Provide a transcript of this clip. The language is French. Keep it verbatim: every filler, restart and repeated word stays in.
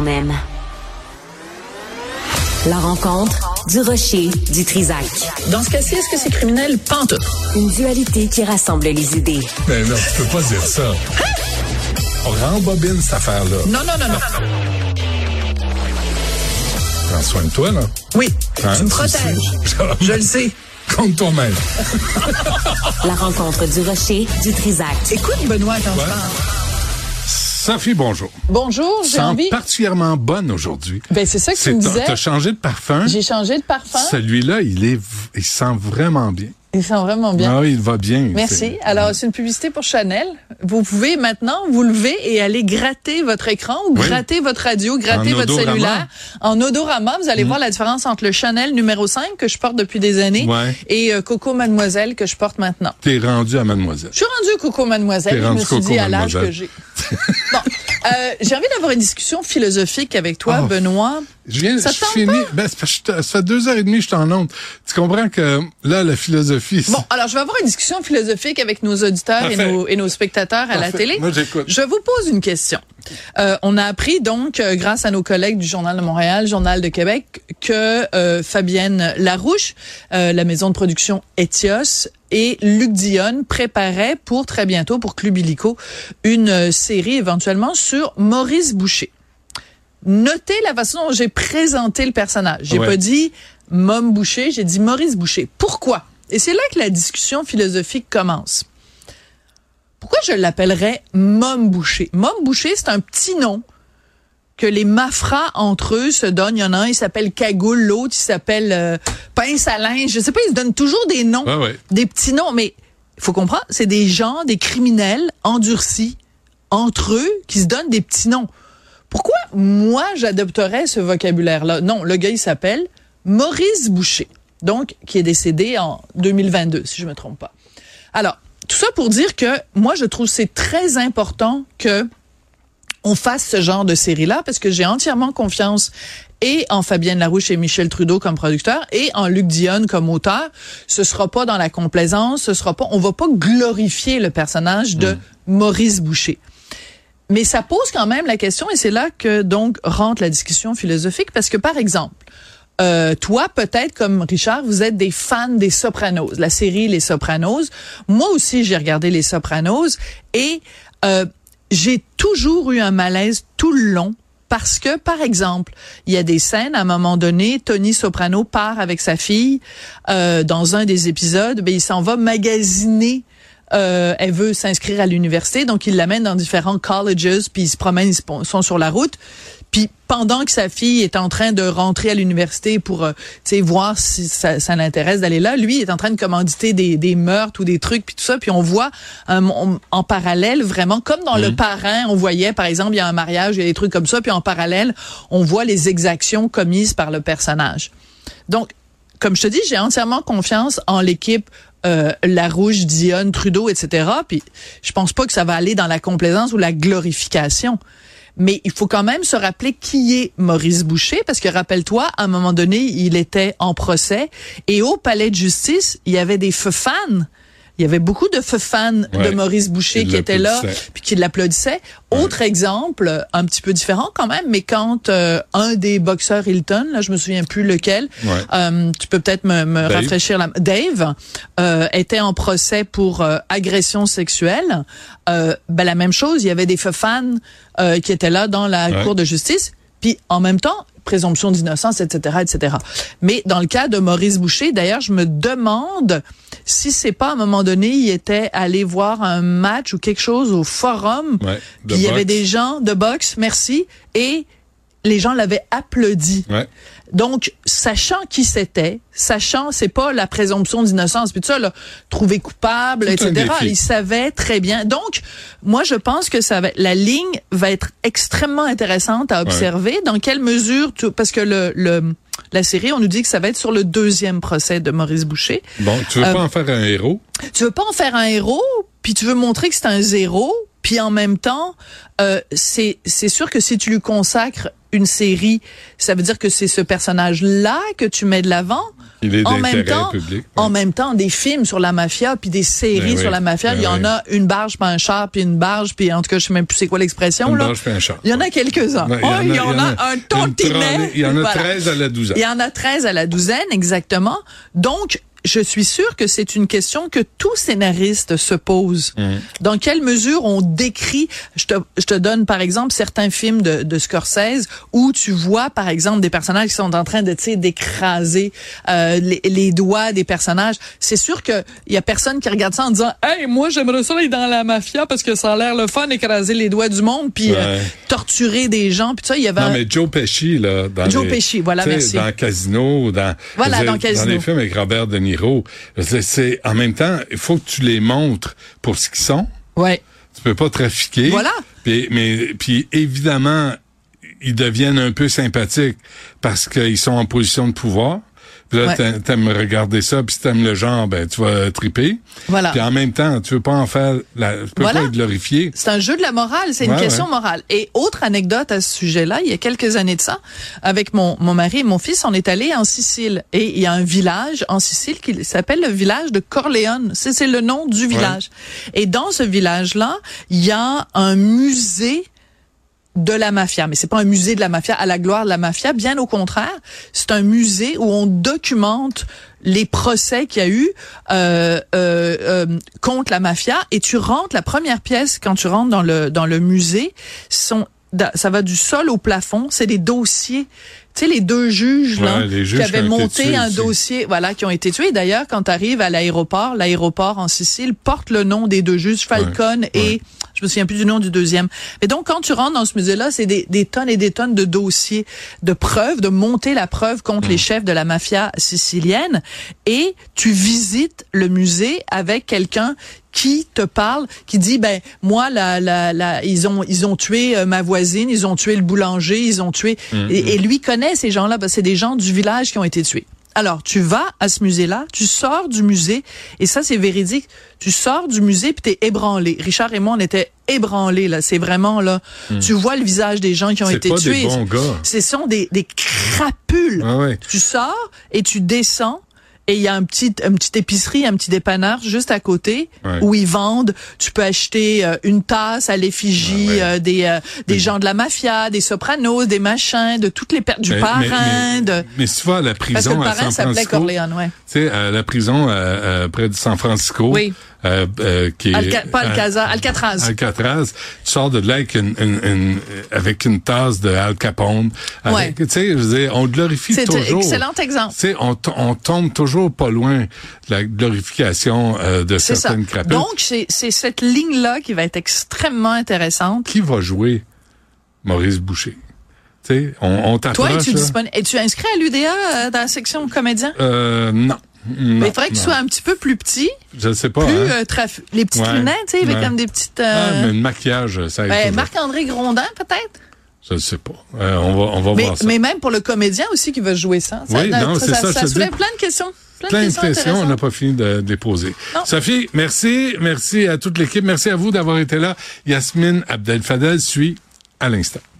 même. La rencontre du rocher du Trisac. Dans ce cas-ci, est-ce que c'est criminel? Pantoute. Une dualité qui rassemble les idées. Mais non, tu peux pas dire ça. Hein? On rembobine cette affaire-là. Non, non, non, non. Prends soin de toi, là. Oui, hein? Tu me protèges. Je le sais. Compte toi-même. La rencontre du rocher du Trisac. Écoute, Benoît, quand ouais. je parle. Sophie, bonjour. Bonjour, j'ai Sens envie... particulièrement bonne aujourd'hui. Ben, c'est ça que c'est tu me disais. T'as changé de parfum. J'ai changé de parfum. Celui-là, il est, il sent vraiment bien. Il sent vraiment bien. Ah oui, il va bien. Merci. C'est... Alors, c'est une publicité pour Chanel. Vous pouvez maintenant vous lever et aller gratter votre écran ou oui. gratter votre radio, gratter en votre odorama. cellulaire. En odorama, vous allez mmh. voir la différence entre le Chanel numéro cinq que je porte depuis des années ouais. et euh, Coco Mademoiselle que je porte maintenant. T'es rendu à Mademoiselle. Je suis rendu Coco Mademoiselle. T'es je rendu me suis Coco dit à l'âge Mademoiselle. que j'ai. Bon, euh, j'ai envie d'avoir une discussion philosophique avec toi, oh. Benoît. Je viens, ça je finis. Ben, ça fait deux heures et demie que je t'en honte. Tu comprends que là, la philosophie. Bon, alors je vais avoir une discussion philosophique avec nos auditeurs et nos, et nos spectateurs à Parfait. la télé. Moi, j'écoute. Je vous pose une question. Euh, on a appris donc, euh, grâce à nos collègues du Journal de Montréal, Journal de Québec, que euh, Fabienne Larouche, euh, la maison de production Etios, et Luc Dionne préparaient pour très bientôt, pour Club Illico, une euh, série éventuellement sur Maurice Boucher. Notez la façon dont j'ai présenté le personnage. J'ai ouais. pas dit Mom Boucher, j'ai dit Maurice Boucher. Pourquoi? Et c'est là que la discussion philosophique commence. Pourquoi je l'appellerais Mom Boucher? Mom Boucher, c'est un petit nom que les mafras entre eux se donnent. Il y en a un, il s'appelle Cagoule, l'autre, il s'appelle euh, Pince à linge. Je sais pas, ils se donnent toujours des noms, ouais, ouais. des petits noms. Mais il faut comprendre, c'est des gens, des criminels endurcis entre eux qui se donnent des petits noms. Pourquoi moi, j'adopterais ce vocabulaire-là? Non, le gars, il s'appelle Maurice Boucher, donc qui est décédé en deux mille vingt-deux, si je me trompe pas. Alors, tout ça pour dire que moi, je trouve que c'est très important que on fasse ce genre de série-là parce que j'ai entièrement confiance et en Fabienne Larouche et Michel Trudeau comme producteur et en Luc Dionne comme auteur. Ce sera pas dans la complaisance, ce sera pas, on va pas glorifier le personnage de mmh. Maurice Boucher. Mais ça pose quand même la question, et c'est là que donc rentre la discussion philosophique, parce que par exemple, euh, toi peut-être comme Richard, vous êtes des fans des Sopranos, la série Les Sopranos. Moi aussi j'ai regardé Les Sopranos et euh, j'ai toujours eu un malaise tout le long. Parce que, par exemple, il y a des scènes, à un moment donné, Tony Soprano part avec sa fille euh, dans un des épisodes, ben il s'en va magasiner. Euh, elle veut s'inscrire à l'université, donc il l'amène dans différents colleges, puis ils se promènent, ils sont sur la route. Puis pendant que sa fille est en train de rentrer à l'université pour, euh, tu sais, voir si ça, ça l'intéresse d'aller là, lui est en train de commanditer des, des meurtres ou des trucs, puis tout ça. Puis on voit euh, on, en parallèle, vraiment, comme dans mmh. Le Parrain, on voyait, par exemple, il y a un mariage, il y a des trucs comme ça, puis en parallèle, on voit les exactions commises par le personnage. Donc, comme je te dis, j'ai entièrement confiance en l'équipe Euh, Larouche, Dionne, Trudeau, et cetera. Puis je pense pas que ça va aller dans la complaisance ou la glorification. Mais il faut quand même se rappeler qui est Maurice Boucher, parce que rappelle-toi, à un moment donné, il était en procès et au palais de justice, il y avait des feux fans. Il y avait beaucoup de feux fans ouais, de Maurice Boucher qui étaient là puis qui l'applaudissaient. Ouais. Autre exemple, un petit peu différent quand même, mais quand euh, un des boxeurs Hilton, là je me souviens plus lequel, ouais. euh, tu peux peut-être me, me rafraîchir la Dave euh, était en procès pour euh, agression sexuelle. Euh, ben la même chose, il y avait des feux fans euh, qui étaient là dans la ouais. cour de justice. Puis en même temps, présomption d'innocence, et cetera, et cetera. Mais dans le cas de Maurice Boucher, d'ailleurs, je me demande si c'est pas à un moment donné, il était allé voir un match ou quelque chose au Forum, ouais, puis il y avait des gens de boxe, merci, et les gens l'avaient applaudi. Ouais. Donc, sachant qui c'était, sachant, c'est pas la présomption d'innocence, puis tout ça, là, trouvé coupable, tout et cetera. Il savait très bien. Donc, moi, je pense que ça va, la ligne va être extrêmement intéressante à observer. Ouais. Dans quelle mesure, tu, parce que le, le, la série, on nous dit que ça va être sur le deuxième procès de Maurice Boucher. Bon, tu veux euh, pas en faire un héros? Tu veux pas en faire un héros, puis tu veux montrer que c'est un zéro, puis en même temps, euh, c'est, c'est sûr que si tu lui consacres une série, ça veut dire que c'est ce personnage-là que tu mets de l'avant, Il est en même temps, public, ouais. en même temps, des films sur la mafia puis des séries ben sur oui, la mafia, ben il y en oui. a une barge puis un char puis une barge puis en tout cas je sais même plus c'est quoi l'expression Une là. barge puis un char. Il y en a quelques-uns. Ouais, Oh, il y en a, a un tantinet. Il y en a Voilà. treize à la douzaine. Il y en a treize à la douzaine exactement. Donc je suis sûre que c'est une question que tout scénariste se pose. Mmh. Dans quelle mesure on décrit, je te, je te donne par exemple certains films de, de Scorsese où tu vois par exemple des personnages qui sont en train de, tu sais, d'écraser euh, les, les doigts des personnages. C'est sûr que il y a personne qui regarde ça en disant, hey, moi j'aimerais ça aller dans la mafia parce que ça a l'air le fun d'écraser les doigts du monde puis ouais. euh, torturer des gens puis tout ça. Il y avait non mais Joe Pesci là, dans Joe les, Pesci, voilà, merci. Dans Casino, dans voilà, dire, dans Casino, dans les films avec Robert De Niro. C'est, c'est en même temps, il faut que tu les montres pour ce qu'ils sont. Ouais. Tu peux pas trafiquer. Voilà. Puis, mais puis évidemment, ils deviennent un peu sympathiques parce qu'ils sont en position de pouvoir. Puis là, ouais. t'aimes regarder ça, puis si t'aimes le genre, ben tu vas triper. Voilà. Puis en même temps, tu veux pas en faire, la, tu peux voilà. pas être glorifié. C'est un jeu de la morale, c'est une ouais, question ouais. morale. Et autre anecdote à ce sujet-là, il y a quelques années de ça, avec mon mon mari et mon fils, on est allé en Sicile et il y a un village en Sicile qui s'appelle le village de Corleone. C'est c'est le nom du village. Ouais. Et dans ce village-là, il y a un musée de la mafia, mais c'est pas un musée de la mafia à la gloire de la mafia, bien au contraire, c'est un musée où on documente les procès qu'il y a eu euh, euh, euh, contre la mafia et tu rentres, la première pièce quand tu rentres dans le dans le musée, sont ça va du sol au plafond, c'est des dossiers. Tu sais, les deux juges, là, ouais, juges qui avaient qui monté un aussi. dossier, voilà, qui ont été tués. D'ailleurs, quand tu arrives à l'aéroport, l'aéroport en Sicile porte le nom des deux juges, Falcone ouais, et ouais. je me souviens plus du nom du deuxième. Et donc, quand tu rentres dans ce musée-là, c'est des, des tonnes et des tonnes de dossiers, de preuves, de monter la preuve contre mmh. les chefs de la mafia sicilienne. Et tu visites le musée avec quelqu'un qui te parle, qui dit ben moi la la la ils ont ils ont tué euh, ma voisine, ils ont tué le boulanger, ils ont tué mmh. et, et lui connaît ces gens-là, ben, c'est des gens du village qui ont été tués. Alors, tu vas à ce musée-là, tu sors du musée, et ça, c'est véridique. Tu sors du musée puis t'es ébranlé. Richard et moi, on était ébranlés, là. C'est vraiment, là, mmh. tu vois le visage des gens qui ont c'est été pas tués. Des bons gars. Ce sont des, des crapules. Ah ouais. Tu sors et tu descends. Et il y a un petit, une petite épicerie, un petit dépanneur juste à côté ouais. où ils vendent. Tu peux acheter euh, une tasse à l'effigie ouais, ouais. euh, des euh, des mais, gens de la mafia, des sopranos, des machins, de toutes les per- du mais, parrain. Mais, mais, de... mais si tu vas à la prison Parce que le à parrain San s'appelait Francisco, Corleone, ouais. Tu sais, à la prison euh, euh, près de San Francisco. Oui. Euh, euh, qui est, Alca- pas Alcazar, euh, Alcatraz. Alcatraz. Tu sors de là avec une, une, une avec une tasse de Al Capone. Ouais. Tu sais, je veux dire, on glorifie c'est toujours. C'est un excellent exemple. Tu sais, on, on tombe toujours pas loin de la glorification euh, de c'est certaines ça. crapules. Donc, c'est, c'est cette ligne-là qui va être extrêmement intéressante. Qui va jouer Maurice Boucher? Tu sais, on, on t'approche. Toi, es-tu disponible? Es-tu inscrit à l'U D A euh, dans la section comédien? Euh, non. Non, mais il faudrait que non. tu sois un petit peu plus petit. Je sais pas. Plus hein? euh, traf... les petites ouais, lunettes, tu sais, avec ouais. comme des petites. Euh... Ah, mais le maquillage, ça aide ben, toujours. Marc-André Grondin, peut-être. Je ne sais pas. Euh, on va, on va mais, voir ça. Mais même pour le comédien aussi qui veut jouer ça. ça oui, ça, non, ça, c'est ça, ça. Ça, ça soulève dis. plein de questions. Plein, plein de de questions. questions, on n'a pas fini de, de les poser. Non. Sophie, merci, merci à toute l'équipe, merci à vous d'avoir été là. Yasmine Abdel Fadel suit à l'instant.